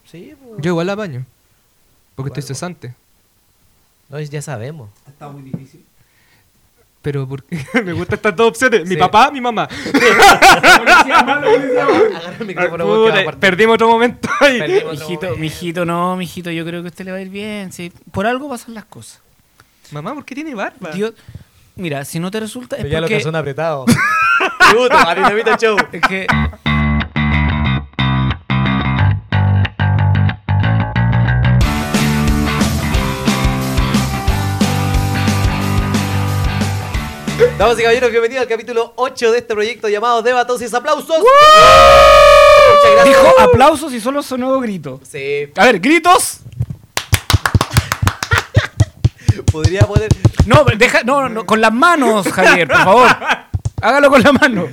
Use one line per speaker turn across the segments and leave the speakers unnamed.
Sí, pues.
Yo igual la apaño. Porque
Igual,
estoy cesante.
No, ya sabemos.
Está muy difícil.
Pero porque me gustan estas dos opciones. Mi
Sí.
papá, mi mamá.
Agarra el micrófono porque
Puta,
va a partir.
perdimos otro momento ahí.
Perdimos otro
Mijito,
momento.
mijito, yo creo que a usted le va a ir bien. Sí. Por algo pasan las cosas.
Mamá, ¿por qué tiene barba?
Dios, mira, si no te resulta es
Pero ya lo
porque...
que son apretados. Tributo a Dinamita Show.
Es que...
Damas y caballeros, bienvenidos al capítulo 8 de este proyecto llamado Debatosis. ¡Aplausos! Muchas gracias.
Dijo aplausos y solo sonó grito.
Sí,
A ver, gritos.
podría poner...
No, no, con las manos, Javier, por favor. Hágalo con la mano.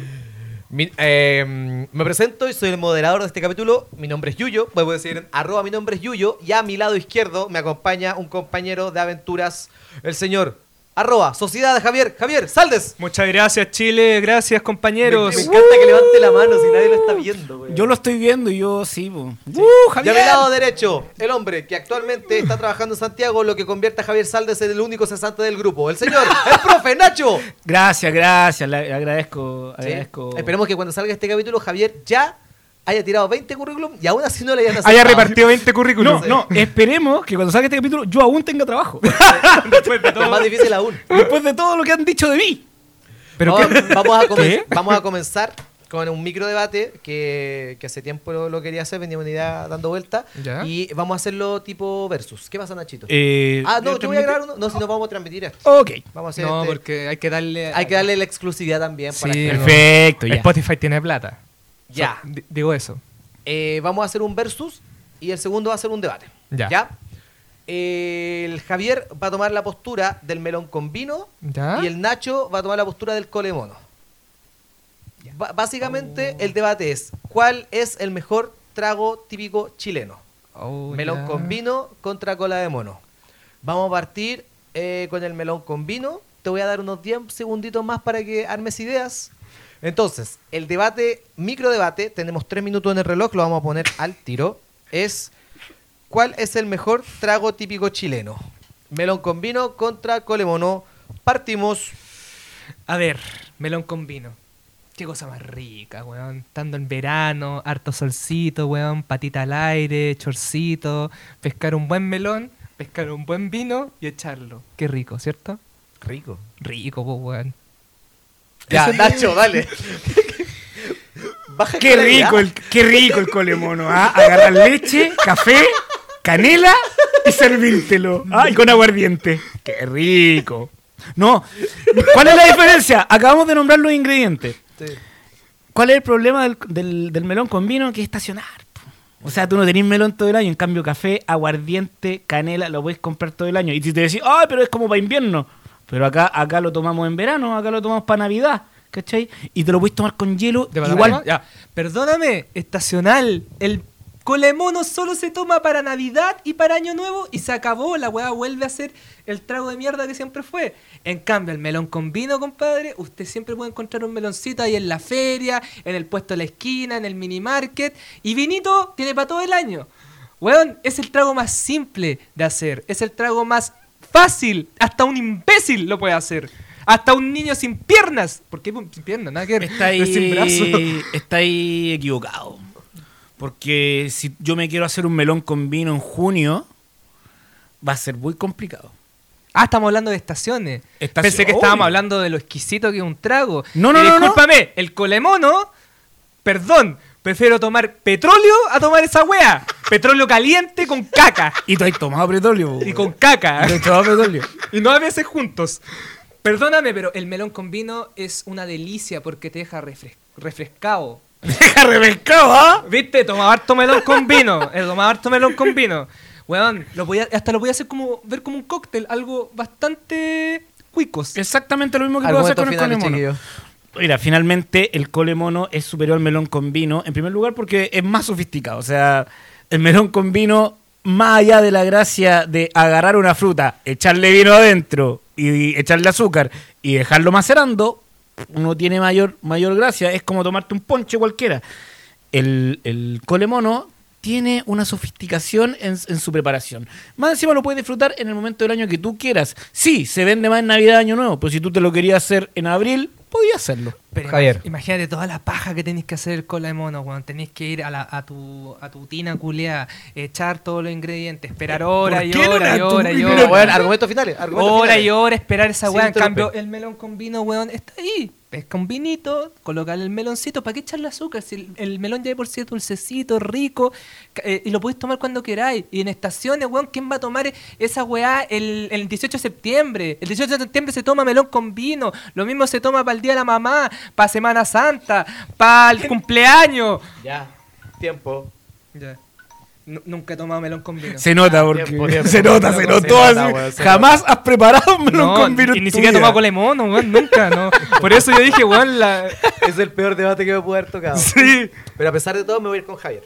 Me presento y soy el moderador de este capítulo. Mi nombre es Yuyo, puedo decir @mi nombre es Yuyo. Y a mi lado izquierdo me acompaña un compañero de aventuras, el señor @Sociedad de Javier Saldes.
Muchas gracias, Chile. Gracias, compañeros.
Me encanta que levante la mano si nadie lo está viendo, güey.
Yo lo estoy viendo y yo sí, po.
Y a
Javier.
mi lado derecho, el hombre que actualmente está trabajando en Santiago, lo que convierte a Javier Saldes en el único cesante del grupo. El señor, el profe Nacho.
Gracias, le agradezco.
Sí. Esperemos que cuando salga este capítulo Javier ya haya tirado 20 currículum y aún así no le hayan
Haya
aceptado.
repartido 20 currículums.
No, esperemos que cuando salga este capítulo yo aún tenga trabajo.
Después de
Es
todo.
más difícil aún.
Después de todo lo que han dicho de mí.
¿Pero
vamos,
qué?
¿Qué?
vamos a comenzar con un micro debate que hace tiempo lo quería hacer, venía una idea dando vuelta.
Ya.
Y vamos a hacerlo tipo versus. ¿Qué pasa, Nachito? No, yo voy a grabar uno. No, si no vamos a transmitir esto.
Ok.
Vamos a hacer
No,
este-
porque hay que darle...
Hay que darle la exclusividad también.
Sí,
para que-
no.
Perfecto, ya.
Spotify tiene plata.
Ya.
Digo eso.
Vamos a hacer un versus y el segundo va a ser un debate.
Ya.
El Javier va a tomar la postura del melón con vino
¿Ya?
y el Nacho va a tomar la postura del colemono. Básicamente el debate es ¿cuál es el mejor trago típico chileno?
Oh,
Melón
ya.
con vino contra cola de mono. Vamos a partir con el melón con vino. Te voy a dar unos 10 segunditos más para que armes ideas. Entonces, el debate, micro debate, tenemos 3 minutos en el reloj, lo vamos a poner al tiro. Es ¿cuál es el mejor trago típico chileno? Melón con vino contra colemono. Partimos.
A ver, melón con vino. Qué cosa más rica, weón. Estando en verano, harto solcito, weón, patita al aire, chorcito, pescar un buen melón, pescar un buen vino y echarlo. Qué rico, ¿cierto?
Rico.
Rico, po, weón.
Ya,
Ese-
Nacho, dale. Baja
Qué
calidad.
rico el colemono, ¿ah? Agarrar leche, café, canela y servírtelo. Ah, y con aguardiente. Qué rico. No, ¿cuál es la diferencia? Acabamos de nombrar los ingredientes.
Sí.
¿Cuál es el problema del melón con vino? Que es estacionar. Po. O sea, tú no tenés melón todo el año. En cambio, café, aguardiente, canela, lo puedes comprar todo el año. Y si te decís, ay, pero es como para invierno. Pero acá lo tomamos en verano, acá lo tomamos para Navidad. ¿Cachai? Y te lo puedes tomar con hielo.
¿De
Igual.
banana? Ya. Perdóname, estacional. El colemono solo se toma para Navidad y para Año Nuevo y se acabó. La weá vuelve a ser el trago de mierda que siempre fue. En cambio, el melón con vino, compadre, usted siempre puede encontrar un meloncito ahí en la feria, en el puesto de la esquina, en el mini market. Y vinito tiene para todo el año. Weón, es el trago más simple de hacer. Es el trago más fácil. Hasta un imbécil lo puede hacer. Hasta un niño sin piernas. ¿Por qué sin piernas? Nada que ver.
Está
Es sin brazo.
está ahí equivocado. Porque si yo me quiero hacer un melón con vino en junio, va a ser muy complicado.
Ah, estamos hablando de estaciones. Pensé que
Obvio.
estábamos hablando de lo exquisito que es un trago.
No,
Y
no, no,
discúlpame, el colemono, perdón, prefiero tomar petróleo a tomar esa wea. Petróleo caliente con caca.
Y tú has tomado petróleo.
Y con caca.
Y tú has tomado petróleo.
Y no a veces juntos. Perdóname, pero el melón con vino es una delicia porque te deja refrescado.
Deja refrescado, ¿ah?
¿Viste? Tomaba harto melón con vino. Tomaba harto melón con vino. Weón, hasta lo voy a hacer ver como un cóctel, algo bastante cuicos.
Exactamente lo mismo que puedo hacer
Argumentos
con el
finales,
colemono.
chiquillos.
Mira, finalmente el colemono es superior al melón con vino. En primer lugar porque es más sofisticado. O sea, el melón con vino, más allá de la gracia de agarrar una fruta, echarle vino adentro y echarle azúcar y dejarlo macerando, no tiene mayor gracia. Es como tomarte un ponche cualquiera. El colemono tiene una sofisticación en su preparación. Más encima lo puedes disfrutar en el momento del año que tú quieras. Sí, se vende más en Navidad, Año Nuevo, pero si tú te lo querías hacer en abril, podías hacerlo.
Pero
Javier.
imagínate toda la paja que tenéis que hacer el cola de mono, weón. Tenéis que ir a tu tina culeada, echar todos los ingredientes, esperar horas y
qué no
horas y
la
horas y
tu-
horas.
Pero, weón, argumentos finales.
Horas y horas esperar esa
Sí,
weá. En
interrumpe.
cambio, el melón con vino, weón, está ahí. Pesca un vinito, colocarle el meloncito. ¿Para qué echarle azúcar? Si el melón ya de por sí es dulcecito, rico, y lo podéis tomar cuando queráis. Y en estaciones, weón, ¿quién va a tomar esa weá el 18 de septiembre? El 18 de septiembre se toma melón con vino. Lo mismo se toma para el Día de la Mamá, para Semana Santa, para el cumpleaños.
Ya, tiempo.
Ya. Nunca he tomado melón con vino.
Se nota, porque
Tiempo.
se notó
Se
así.
nota, weón, se
Jamás has preparado un melón
No,
con vino
y
en
ni
tu
siquiera he
vida.
tomado cola de mono, weón, nunca, no. Por eso yo dije, weón,
Es el peor debate que me puede haber tocado.
Sí.
Pero a pesar de todo, me voy a ir con Javier.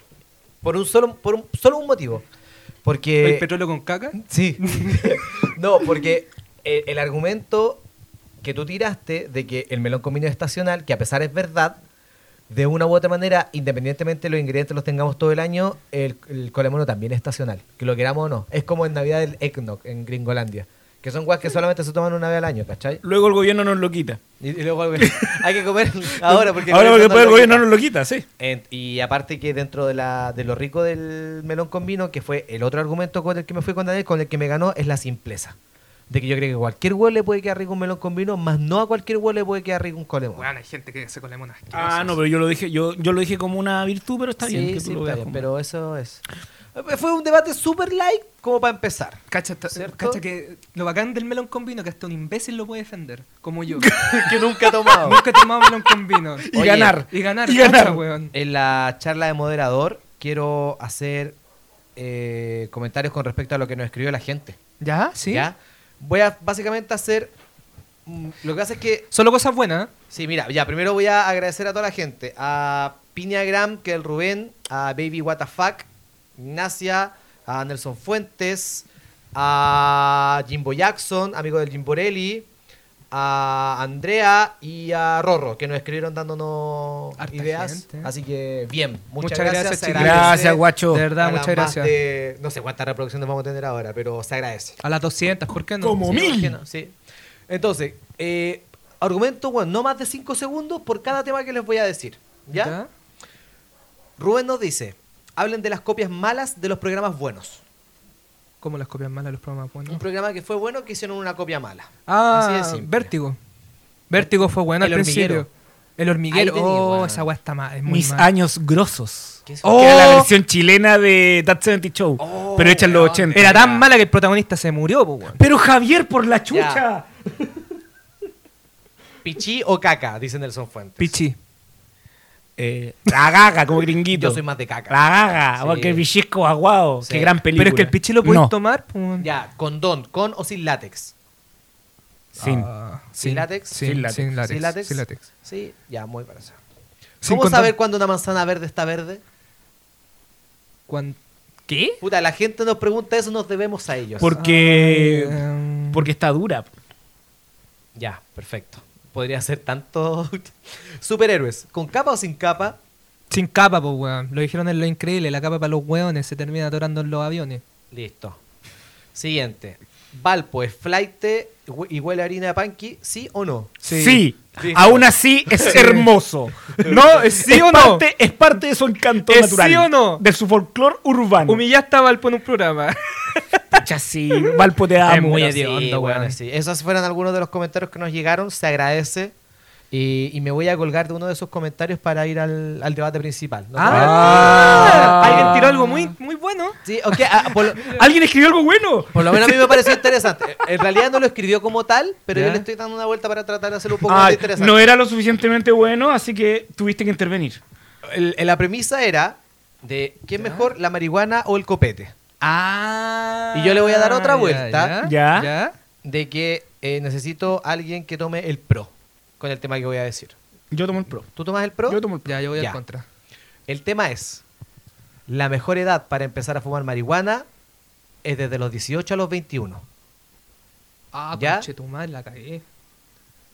Solo un motivo. Porque.
el petróleo con caca.
Sí. No, porque el argumento que tú tiraste de que el melón con vino es estacional, que a pesar es verdad, de una u otra manera, independientemente de los ingredientes los tengamos todo el año, el colemono también es estacional, que lo queramos o no. Es como en Navidad el eggnog en Gringolandia, que son guas que solamente se toman una vez al año, ¿cachai?
Luego el gobierno nos lo quita.
Y luego hay que comer ahora porque
Ahora porque después el
lo
gobierno
quita.
nos lo quita, sí.
Y aparte que dentro de lo rico del melón con vino, que fue el otro argumento con el que me fui con Daniel, con el que me ganó, es la simpleza. De que yo creo que a cualquier huevo le puede quedar rico un melón con vino, más no a cualquier huevo le puede quedar rico un colemón.
Weón, hay gente que se colemona.
Ah, no, pero yo lo dije como una virtud, pero está bien que
Sí,
tú lo
está
veas
bien,
como-
pero eso es. Fue un debate super light como para empezar.
Cacha,
¿Cierto?
cacha que lo bacán del melón con vino que hasta un imbécil lo puede defender, como yo.
Que nunca he tomado.
Nunca he tomado melón con vino.
Y
Oye,
ganar.
Y ganar,
Y
cacha,
ganar.
weón.
En la charla de moderador quiero hacer comentarios con respecto a lo que nos escribió la gente.
¿Ya? ¿Sí?
¿Ya? Voy a básicamente hacer... lo que hace es que...
Solo cosas buenas, ¿eh?
Sí, mira, ya, primero voy a agradecer a toda la gente. A Piñagram, que es el Rubén, a Baby WTF, Ignacia, a Nelson Fuentes, a Jimbo Jackson, amigo del Jimborelli, a Andrea y a Rorro, que nos escribieron dándonos
Harta
ideas.
gente.
Así que, bien, muchas
Muchas
gracias.
gracias,
se
chiquillos.
agradece
Gracias, guacho.
De verdad,
a las
muchas
más
gracias.
de- no sé cuántas reproducciones vamos a tener ahora, pero se agradece.
A las 200, ¿por qué no?
Como
Sí,
1000.
¿por qué no? Sí. Entonces, argumento, bueno, no más de 5 segundos por cada tema que les voy a decir. ¿Ya? Rubén nos dice, hablen de las copias malas de los programas buenos.
¿Cómo las copias malas de los programas buenos?
Un programa que fue bueno que hicieron una copia mala.
Ah,
Así de simple.
Vértigo. Vértigo fue bueno
El
al principio.
hormiguero.
El hormiguero.
Ahí tenía,
Oh,
bueno.
esa weá está mal. Es muy
Mis
mal.
años grosos.
¿Qué es?
Oh,
Que era la versión chilena de That 70 Show.
Oh,
pero hecha en los
weón.
80.
Era tan mala que el protagonista se murió, po, weón.
Pero Javier, por la chucha.
Pichí o caca, dice Nelson Fuentes.
Pichi.
La gaga, como gringuito.
Yo soy más de caca.
La gaga,
Sí.
porque el bichisco aguado.
Sí.
Qué gran película.
Pero es que el pichi lo podéis
No,
tomar, po.
Ya, condón, con o sin látex.
Sin.
Ah,
¿Sin látex?
Sin látex. Sin látex.
¿Sin látex?
Sin látex.
Sí, ya, muy para eso.
Sin
¿Cómo
condón.
saber cuándo una manzana verde está verde?
¿Qué?
Puta, la gente nos pregunta eso, nos debemos a ellos.
Porque,
Ah,
porque está dura.
Ya, perfecto. Podría ser tanto... Superhéroes, ¿con capa o sin capa?
Sin capa, po, weón. Lo dijeron en Lo Increíble. La capa para los weones se termina atorando en los aviones.
Listo. Siguiente. Valpo, ¿es flaite y huele a harina de panqui? ¿Sí o no?
Sí.
Listo.
Aún así es hermoso.
No, ¿es sí o no?
Es parte de su encanto
¿Es
natural.
sí o no?
De su folclore urbano.
Humillaste a Valpo en un programa.
Pucha, sí. Valpo te amo.
Es muy
Pero sí,
hediondo,
bueno,
weón.
sí. Esos fueron algunos de los comentarios que nos llegaron. Se agradece. Y me voy a colgar de uno de esos comentarios para ir al debate principal. ¿No?
Ah, alguien tiró algo muy, muy bueno.
Sí, ok.
¿Alguien escribió algo bueno?
Por lo menos a mí me pareció interesante. En realidad no lo escribió como tal, pero
¿Ya?
yo le estoy dando una vuelta para tratar de hacerlo un poco más interesante.
no era lo suficientemente bueno, así que tuviste que intervenir.
La premisa era de ¿quién mejor, la marihuana o el copete?
Ah.
Y yo le voy a dar otra vuelta.
Ya.
De que necesito alguien que tome el pro con el tema que voy a decir.
Yo tomo el pro.
¿Tú tomas el pro?
Yo tomo el pro.
Ya, yo voy
Ya.
al contra.
El tema es, la mejor edad para empezar a fumar marihuana es desde los 18 a los 21.
Ah,
¿Ya?
conche tu madre, la cagué.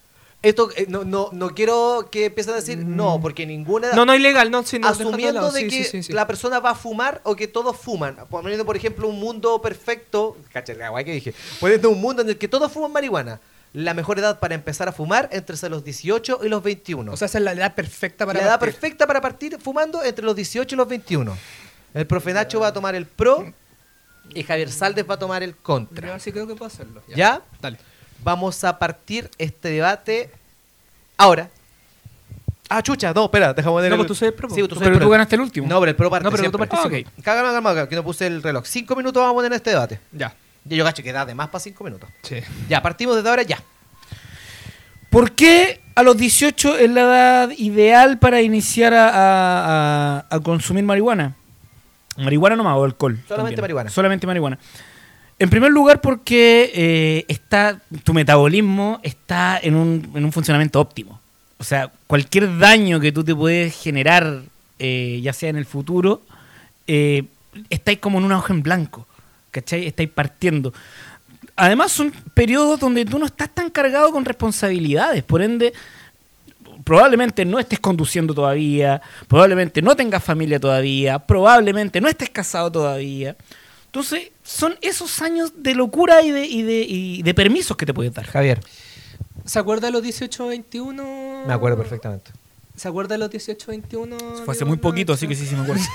Esto no quiero que empiecen a decir no, porque ninguna edad...
No, no ilegal, no, sino
asumiendo de que la persona va a fumar o que todos fuman. Poniendo, por ejemplo, un mundo perfecto. Cacha, la guay que dije. Poniendo un mundo en el que todos fuman marihuana. La mejor edad para empezar a fumar entre los 18 y los 21.
O sea, esa es la edad perfecta para
la edad perfecta para partir fumando entre los 18 y los 21. El profe Nacho va a tomar el pro y Javier Saldes va a tomar el contra.
Yo sí creo que puedo hacerlo.
¿Ya?
Dale.
Vamos a partir este debate ahora. Ah, chucha, no, espera, déjame poner
No, pues tú soy el pro.
Sí, tú soy
Pero
el pro.
tú ganaste el último.
No, pero el pro parte
No, pero tú
siempre.
participas.
Ok.
Calma, que no puse el reloj. 5 minutos vamos a poner en este debate.
Ya.
Yo cacho que da de más para 5 minutos.
Sí.
Ya, partimos desde ahora ya.
¿Por qué a los 18 es la edad ideal para iniciar a consumir marihuana? Marihuana nomás o alcohol.
Solamente
también.
marihuana.
Solamente marihuana. En primer lugar porque tu metabolismo está en un funcionamiento óptimo. O sea, cualquier daño que tú te puedes generar, ya sea en el futuro, estáis como en una hoja en blanco. ¿Cachai? Estáis partiendo. Además son periodos donde tú no estás tan cargado con responsabilidades. Por ende, probablemente no estés conduciendo todavía, probablemente no tengas familia todavía, probablemente no estés casado todavía. Entonces, son esos años de locura y de permisos que te puedes dar.
Javier.
¿Se acuerda de los 18-21?
Me acuerdo perfectamente.
¿Se acuerda de los 18-21?
Fue hace muy poquito, así que sí me acuerdo.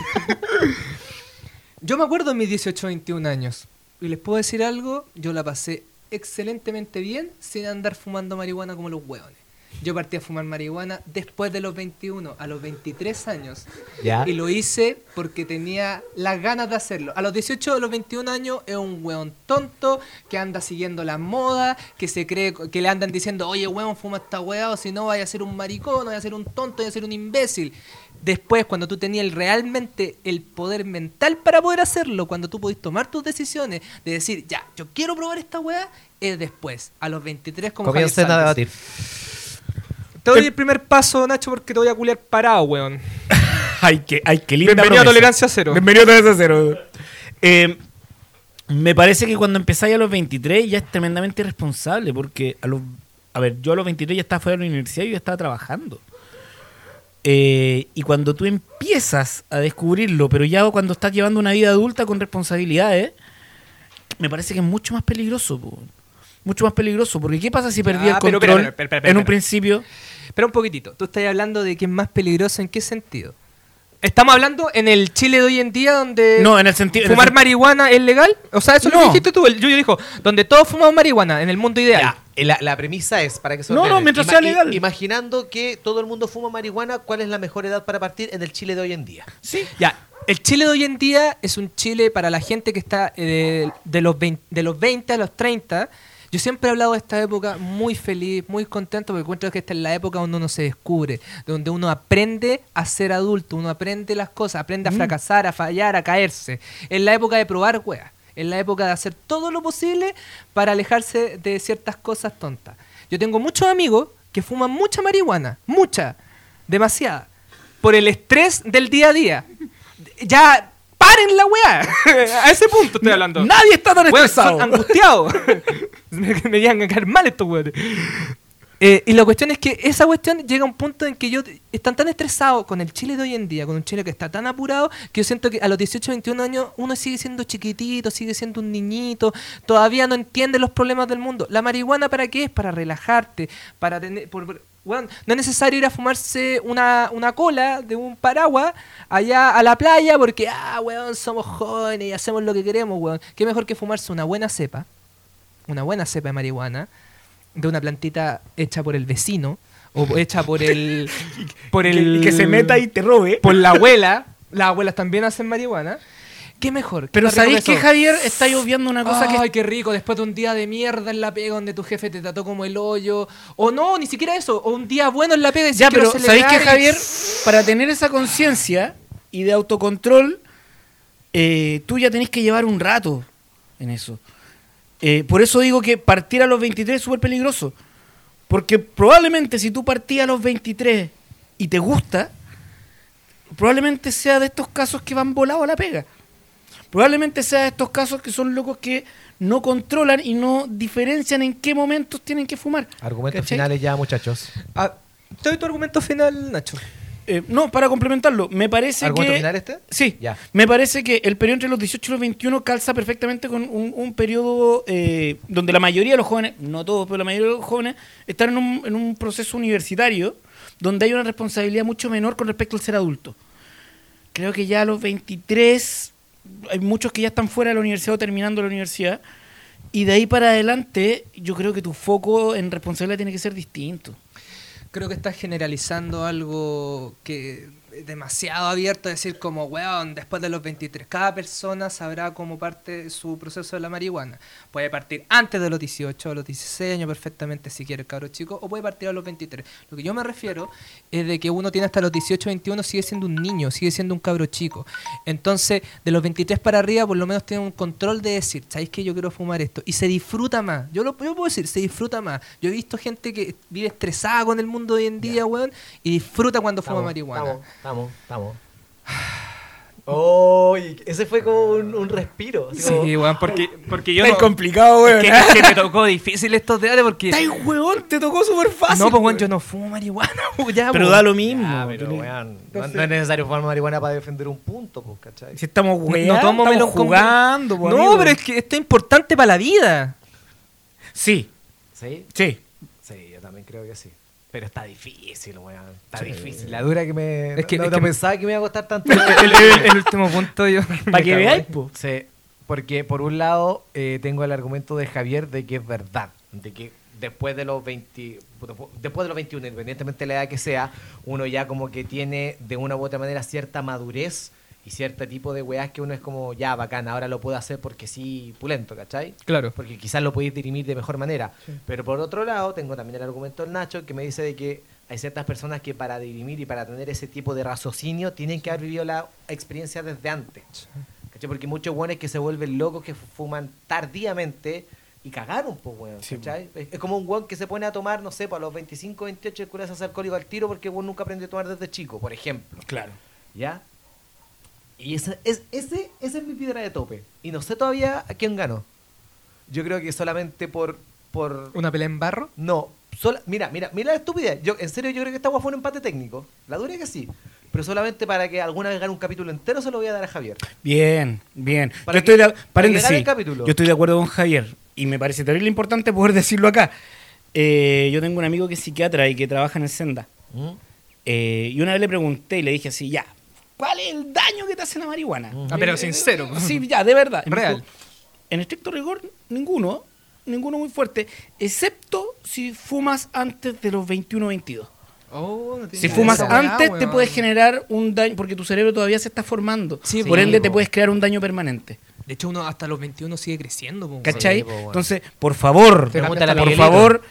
Yo me acuerdo de mis 18-21 años. Y les puedo decir algo, yo la pasé excelentemente bien sin andar fumando marihuana como los hueones. Yo partí a fumar marihuana después de los 21, a los 23 años.
Ya.
Y lo hice porque tenía las ganas de hacerlo. A los 18 o los 21 años es un hueón tonto que anda siguiendo la moda, que se cree, que le andan diciendo, oye hueón, fuma esta hueá, o si no vaya a ser un maricón, vaya a ser un tonto, vaya a ser un imbécil. Después, cuando tú tenías realmente el poder mental para poder hacerlo, cuando tú podés tomar tus decisiones, de decir, ya, yo quiero probar esta weá, es después, a los 23 como Javier
Comiencen a
Saldes.
debatir.
Te doy el primer paso, Nacho, porque te voy a culiar parado, weón.
Ay, qué linda
Bienvenido a
promesa.
Tolerancia Cero.
Bienvenido a Tolerancia Cero. Me parece que cuando empezáis a los 23 ya es tremendamente irresponsable, porque yo a los 23 ya estaba fuera de la universidad y yo estaba trabajando. Y cuando tú empiezas a descubrirlo, pero ya cuando estás llevando una vida adulta con responsabilidades, me parece que es mucho más peligroso, mucho más peligroso, porque ¿qué pasa si perdí el
pero
control
espera.
en un principio?
Pero un poquitito, tú estás hablando de que es más peligroso, ¿en qué sentido? Estamos hablando en el Chile de hoy en día donde
No, en el sentido
fumar marihuana es legal. O sea, eso es lo que dijiste tú. El Yuyo dijo, donde todos fumamos marihuana, en el mundo ideal.
Ya, la premisa es, para que se
No,
ordenen,
mientras sea legal.
Imaginando que todo el mundo fuma marihuana, ¿cuál es la mejor edad para partir en el Chile de hoy en día?
Sí.
Ya, el Chile de hoy en día es un Chile para la gente que está de los 20 a los 30. Yo siempre he hablado de esta época muy feliz, muy contento, porque encuentro que esta es la época donde uno se descubre, donde uno aprende a ser adulto, uno aprende las cosas, aprende a fracasar, a fallar, a caerse. Es la época de probar weas, es la época de hacer todo lo posible para alejarse de ciertas cosas tontas. Yo tengo muchos amigos que fuman mucha marihuana, mucha, demasiada, por el estrés del día a día. Ya... ¡Paren la weá! A ese punto estoy hablando.
Nadie está tan
Weón,
estresado.
son angustiados. me llegan a caer mal estos weones. Y la cuestión es que esa cuestión llega a un punto en que están tan estresados con el Chile de hoy en día, con un Chile que está tan apurado, que yo siento que a los 18, 21 años uno sigue siendo chiquitito, sigue siendo un niñito, todavía no entiende los problemas del mundo. ¿La marihuana para qué es? Para relajarte, para tener... Bueno, no es necesario ir a fumarse una cola de un paraguas allá a la playa porque, weón, somos jóvenes y hacemos lo que queremos, weón. Qué mejor que fumarse una buena cepa de marihuana de una plantita hecha por el vecino o hecha por el...
Y que se meta y te robe.
Por la abuela. Las abuelas también hacen marihuana. ¿Qué mejor?
Pero
más rico
¿sabéis
que
que
eso?
Javier está obviando una cosa
Ay, qué rico, después de un día de mierda en la pega donde tu jefe te trató como el hoyo. O no, ni siquiera eso. O un día bueno en la pega y
Ya,
quiero
pero ¿sabéis que
celebrar
Javier, para tener esa conciencia y de autocontrol, tú ya tenés que llevar un rato en eso? Por eso digo que partir a los 23 es súper peligroso. Porque probablemente si tú partías a los 23 y te gusta, probablemente sea de estos casos que van volados a la pega. Probablemente sea de estos casos que son locos que no controlan y no diferencian en qué momentos tienen que fumar.
Argumentos
¿Cachai?
finales ya, muchachos.
Te doy tu argumento final, Nacho.
No, para complementarlo, me parece
¿Argumento
que...
final este?
Sí,
Ya.
me parece que el periodo entre los 18 y los 21 calza perfectamente con un periodo donde la mayoría de los jóvenes, no todos, pero la mayoría de los jóvenes están en un proceso universitario donde hay una responsabilidad mucho menor con respecto al ser adulto. Creo que ya a los 23 hay muchos que ya están fuera de la universidad o terminando la universidad, y de ahí para adelante yo creo que tu foco en responsabilidad tiene que ser distinto.
Creo que estás generalizando algo que es demasiado abierto, a decir como, weón, después de los 23, cada persona sabrá cómo parte su proceso de la marihuana. Puede partir antes de los 18, a los 16 años perfectamente si quiere, cabro chico, o puede partir a los 23. Lo que yo me refiero es de que uno tiene hasta los 18, 21, sigue siendo un niño, sigue siendo un cabro chico. Entonces, de los 23 para arriba, por lo menos tiene un control de decir, ¿sabéis que yo quiero fumar esto? Y se disfruta más. Yo puedo decir, se disfruta más. Yo he visto gente que vive estresada con el mundo hoy en día, weón, y disfruta cuando fuma marihuana.
Estamos. Oh, ese fue como un respiro. Así como-
Sí, weón, porque yo
Es
no...
complicado, weón.
Es que me tocó difícil estos debates porque...
¡Ay, weón! Te tocó súper fácil.
No, pues weón,
weón.
yo no fumo marihuana, ya,
Pero
weón.
da lo mismo.
Ya, pero weón, no es necesario fumar marihuana para defender un punto, pues, ¿cachai?
Si estamos
No,
weando,
no tomo
estamos
melón con-
jugando. po,
No,
amigo.
pero es que esto es importante para la vida.
Sí,
¿Sí?
sí.
Sí, yo también creo que sí. Pero está difícil, weón. Está
Sí.
difícil. La dura que me...
Es que-
no,
es
no
que-
pensaba que me iba a costar tanto.
El último punto yo...
Para que veáis, po.
Sí, porque por un lado tengo el argumento de Javier de que es verdad, de que después de los 21, independientemente de la edad que sea, uno ya como que tiene de una u otra manera cierta madurez y cierto tipo de weás que uno es como, ya, bacán, ahora lo puedo hacer porque sí, pulento, ¿cachai?
Claro.
Porque quizás lo podéis dirimir de mejor manera. Pero por otro lado, tengo también el argumento del Nacho que me dice de que hay ciertas personas que para dirimir y para tener ese tipo de raciocinio tienen que haber vivido la experiencia desde antes. ¿Cachai? Porque muchos buenos que se vuelven locos, que fuman tardíamente y cagaron, pues, weón.
Sí,
¿Cachai? Es como un weón que se pone a tomar, no sé, para los 25, 28, el cura se hace alcohólico al tiro porque weón nunca aprendió a tomar desde chico, por ejemplo.
Claro.
¿Ya? Y esa es mi piedra de tope. Y no sé todavía a quién ganó. Yo creo que solamente por
¿Una pelea en barro?
no, mira la estupidez. En serio, yo creo que esta guapa fue un empate técnico. La dura que sí. Pero solamente para que alguna vez gane un capítulo entero se lo voy a dar a Javier.
Bien, bien.
Para
Yo estoy
que-
de,
para que
paréntesis,
gane el capítulo.
yo estoy de acuerdo con Javier y me parece terrible importante poder decirlo acá. Yo tengo un amigo que es psiquiatra y que trabaja en el Senda. Y una vez le pregunté y le dije así, ya, ¿cuál es el daño que te hace la marihuana?
Ah, pero sincero.
Sí, ya, de verdad. Y me
Real.
dijo, en estricto rigor, ninguno muy fuerte, excepto si fumas antes de los 21 o 22.
Oh, no tiene
Si
nada
fumas
de esa weá,
antes, te
weón.
puedes generar un daño, porque tu cerebro todavía se está formando.
Sí,
Por
sí,
ende,
po.
te puedes crear un daño permanente.
De hecho, uno hasta los 21 sigue creciendo. Po, weón.
¿Cachai?
Sí, po, bueno.
Entonces, por favor,
Pregúntale a
por
Miguelito.
favor,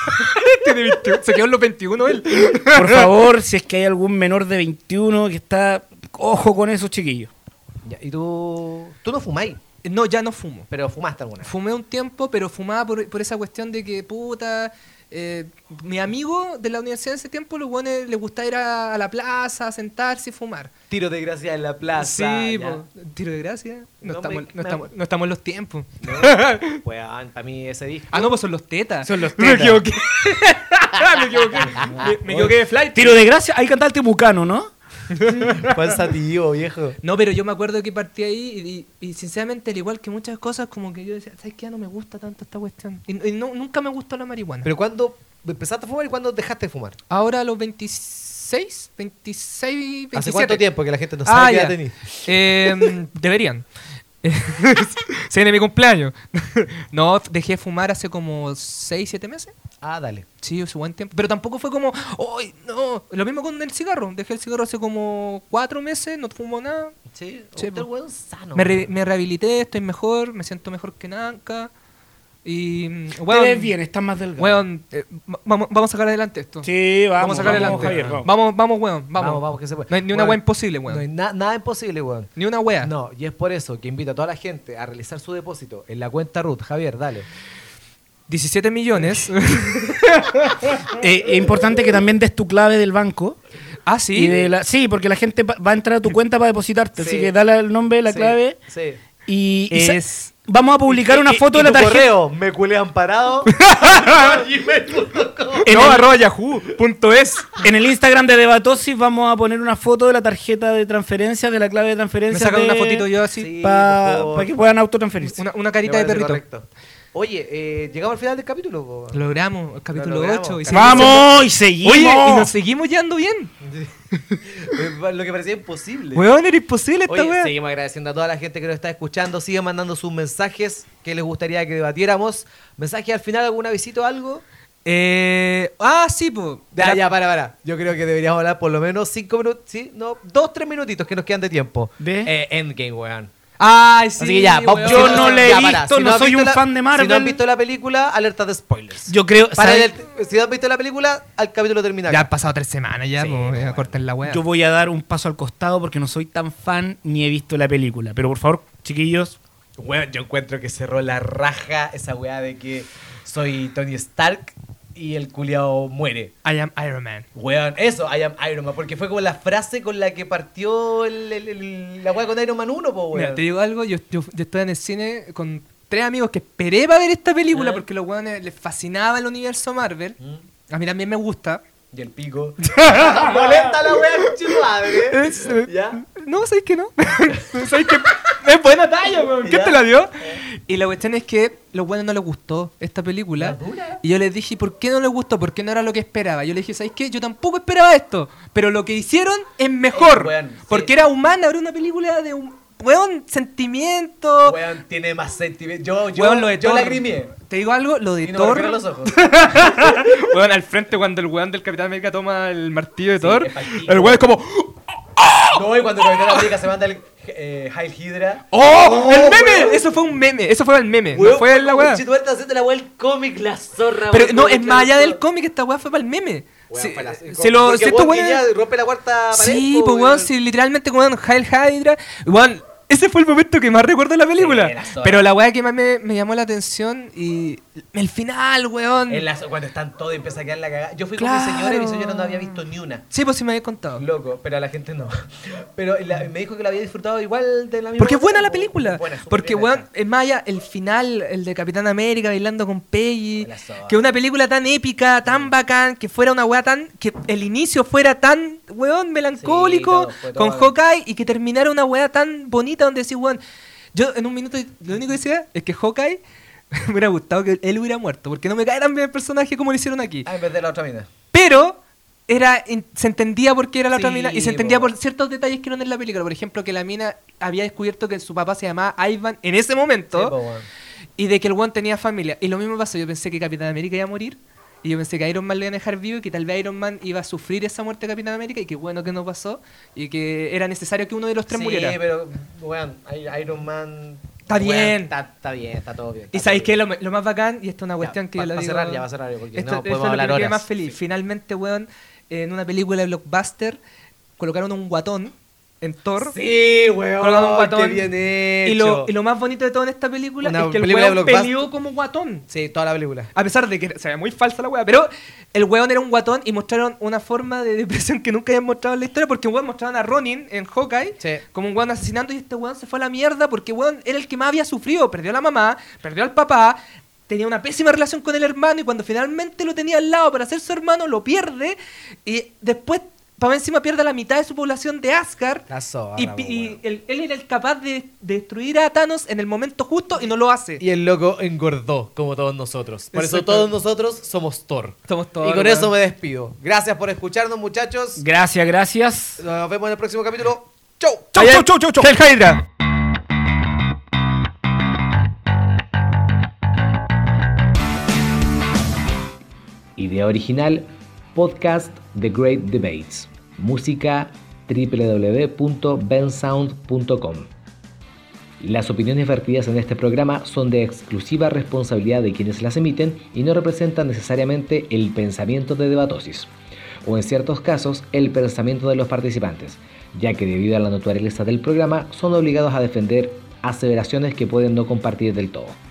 Se quedó en los 21 él.
por favor, si es que hay algún menor de 21 que está, ojo con esos chiquillos.
Ya, y tú no fumáis,
No, ya no fumo.
pero fumaste alguna vez.
Fumé un tiempo, pero fumaba por esa cuestión de que, puta, mi amigo de la universidad de ese tiempo, los buenos les gustaba ir a la plaza, a sentarse y fumar.
Tiro de gracia en la plaza.
Sí,
ya.
po, tiro de gracia. No,
No,
estamos,
me-
no, estamos, no estamos en los tiempos.
Weón, para mí ese disco.
Ah, no, pues son los tetas.
Son los
Me
tetas.
equivoqué. me equivoqué. Me equivoqué de flight.
Tiro de gracia, hay que cantar el temucano, ¿no?
Pensativo, viejo.
No, pero yo me acuerdo que partí ahí y sinceramente, al igual que muchas cosas, como que yo decía, ¿sabes qué? Ya no me gusta tanto esta cuestión. Y nunca me gustó la marihuana.
Pero ¿cuándo empezaste a fumar y cuándo dejaste de fumar?
Ahora a los 26, 27...
¿Hace cuánto tiempo que la gente no sabe qué edad tenés?
Deberían. Se viene mi cumpleaños. No, dejé de fumar hace como 6, 7 meses.
Ah, dale.
Sí, hace buen tiempo. Pero tampoco fue como, ¡ay, no! Lo mismo con el cigarro. Dejé el cigarro hace como 4 meses, no fumo nada.
Sí,
Sí,
usted
po.
weón sano.
Me rehabilité, estoy mejor, me siento mejor que nunca. Y,
Te
weón,
ves bien, estás más delgado.
weón, vamos a sacar adelante esto.
Sí, vamos
Vamos a sacar adelante.
Javier, vamos.
Vamos, weón, vamos.
Vamos, que se puede.
No hay ni una
Weón,
wea imposible, weón.
No hay nada imposible, weón.
Ni una wea.
No, y es por eso que invito a toda la gente a realizar su depósito en la cuenta Ruth. Javier, dale.
17 millones.
Es importante que también des tu clave del banco.
Ah, sí.
Sí, porque la gente va a entrar a tu cuenta para depositarte.
Sí.
Así que dale el nombre, la
Sí,
clave
Sí.
Y
Es...
vamos a publicar una foto de la
tu
tarjeta.
correo, me culean parado.
@yahoo.es.
En el Instagram de Debatosis vamos a poner una foto de la tarjeta de transferencia, de la clave de
Me
transferencia.
sacan una fotito yo así.
Sí,
Para
por favor.
que puedan autotransferirse.
Una carita de
Me parece
perrito.
correcto. Oye, llegamos al final del capítulo. Po.
Logramos el capítulo
Lo logramos.
8.
¡Vamos! ¡Y seguimos!
Oye, y nos seguimos llevando bien.
Lo que parecía imposible.
Weón, era imposible esta
Oye,
weá.
seguimos agradeciendo a toda la gente que nos está escuchando. Sigan mandando sus mensajes que les gustaría que debatiéramos. ¿Mensaje al final, alguna visita o algo?
Sí, pues.
Ya, para. Yo creo que deberíamos hablar por lo menos 5 minutos. ¿Sí? No, 2-3 minutitos que nos quedan de tiempo.
¿De?
Endgame, weón.
Ay, sí.
Así que ya,
weón.
Yo no le he
ya,
visto,
Si
no
has
soy
visto
un fan de Marvel.
Si no han visto la película, alerta de spoilers.
Yo creo, ¿sabes?
Si no han visto la película, al capítulo termina.
Ya han pasado 3 semanas ya,
Sí,
pues.
bueno.
Corten la weá.
Yo voy a dar un paso al costado porque no soy tan fan ni he visto la película. Pero por favor, chiquillos,
Weón, yo encuentro que cerró la raja esa weá de que soy Tony Stark y el culiao muere.
I am Iron Man.
Weón, eso, I am Iron Man, porque fue como la frase con la que partió la weá con Iron Man 1, po, weón.
Mira, te digo algo, yo estoy en el cine con 3 amigos que esperé para ver esta película porque a los weones les fascinaba el universo Marvel. A mí también me gusta.
Y el pico. Molesta la weá, conchito madre. ¿Ya?
No, ¿sabes que no? ¿Sabes que es buena talla, weón? ¿Quién
Ya.
te la dio? Y la cuestión es que a los buenos no les gustó esta película.
¿La dura?
Y yo les dije, ¿por qué no les gustó? Porque no era lo que esperaba. Yo les dije, ¿sabes qué? Yo tampoco esperaba esto. Pero lo que hicieron es mejor.
Weón, sí.
Porque era humana, era una película de un weón, sentimiento.
Weón, tiene más sentimiento.
Weón, lo de
yo
Thor.
lagrimé.
Te digo algo, lo de
Y no me
Thor.
refiero a los ojos.
Weón, al frente cuando el weón del Capitán América toma el martillo de
Sí,
Thor,
es palpico.
el weón es como
No, y cuando Capitán América se manda el Heil Hydra.
¡Oh! ¡El meme!
weón.
Eso fue un meme, eso fue el meme,
Weón,
no fue la weá.
Si tú estás haciendo la weá del cómic, la zorra.
Pero
weón,
no,
como
es
que
más allá
la
del
zorra.
cómic, esta weá fue para el meme.
Weón,
Si-
fue la-
si lo-
porque
si estos
weón que
weones-
ya rompe la cuarta pared.
Sí,
po,
pues weón, si literalmente weón, Heil Hydra, weón, ese fue el momento que más recuerdo de la película.
Sí, la zorra.
Pero la weá que más me llamó la atención y el final, weón.
Cuando están todos y empieza a quedar la cagada. Yo fui
Claro.
con mi señora y mi señora no había visto ni una.
Sí, pues sí me habías contado.
Loco, pero a la gente no. Pero me dijo que la había disfrutado igual de la misma
Porque es buena la
manera, po.
película.
Buena, súper
Porque,
bien
weón,
hecha.
es más allá, el final, el de Capitán América bailando con Peggy.
La zorra.
Que una película tan épica, tan bacán, que fuera una weá tan. Que el inicio fuera tan, weón, melancólico,
Sí, todo, fue todo
con
bacán.
Hawkeye, y que terminara una weá tan bonita donde decís, weón. Yo en un minuto, lo único que decía es que Hawkeye me hubiera gustado que él hubiera muerto. Porque no me cae tan bien el personaje como lo hicieron aquí.
Ah, en vez de la otra mina.
Pero se entendía por qué era la otra
Sí,
mina y se entendía
po.
por ciertos detalles que no en la película. Por ejemplo, que la mina había descubierto que su papá se llamaba Ivan en ese momento
Sí, po, weón.
y de que el weón tenía familia. Y lo mismo pasó. Yo pensé que Capitán América iba a morir y yo pensé que Iron Man le iban a dejar vivo y que tal vez Iron Man iba a sufrir esa muerte de Capitán América y que bueno que no pasó y que era necesario que uno de los tres
Sí,
muriera.
pero, weón, Iron Man.
Está
weón,
bien.
Está bien, está todo bien.
Y sabéis que lo más bacán, y esto es una cuestión que yo la
va a
digo.
cerrar ya, va a cerrar ya, porque
Esto,
no
esto
podemos
es lo que
hablar
me quedé
horas.
más feliz.
Sí.
Finalmente, weón, en una película de blockbuster colocaron un guatón en Thor.
Sí, weón.
Colocaron un guatón.
Qué bien hecho.
Y lo más bonito de todo en esta película
Una
es que el
película de
weón
blockbuster.
peleó como guatón.
Sí, toda la película.
A pesar de que se ve muy falsa la weá, pero el weón era un guatón y mostraron una forma de depresión que nunca habían mostrado en la historia porque un weón mostraron a Ronin en Hawkeye
Sí.
como un weón asesinando y este weón se fue a la mierda porque weón era el que más había sufrido. Perdió a la mamá, perdió al papá, tenía una pésima relación con el hermano y cuando finalmente lo tenía al lado para ser su hermano lo pierde y después para encima pierde a la mitad de su población de Asgard.
La zorra,
Y,
po,
y
weón.
él era el capaz de destruir a Thanos en el momento justo y no lo hace.
Y el loco engordó, como todos nosotros. Por eso
Exacto.
todos nosotros somos Thor.
Somos todos,
Y con
weón.
eso me despido. Gracias por escucharnos, muchachos.
gracias.
Nos vemos en el próximo capítulo. ¡Chau!
Chau.
Heil Hydra.
Idea original, podcast The Great Debates. Música www.bensound.com. Las opiniones vertidas en este programa son de exclusiva responsabilidad de quienes las emiten y no representan necesariamente el pensamiento de Debatosis, o en ciertos casos el pensamiento de los participantes, ya que debido a la naturaleza del programa son obligados a defender aseveraciones que pueden no compartir del todo.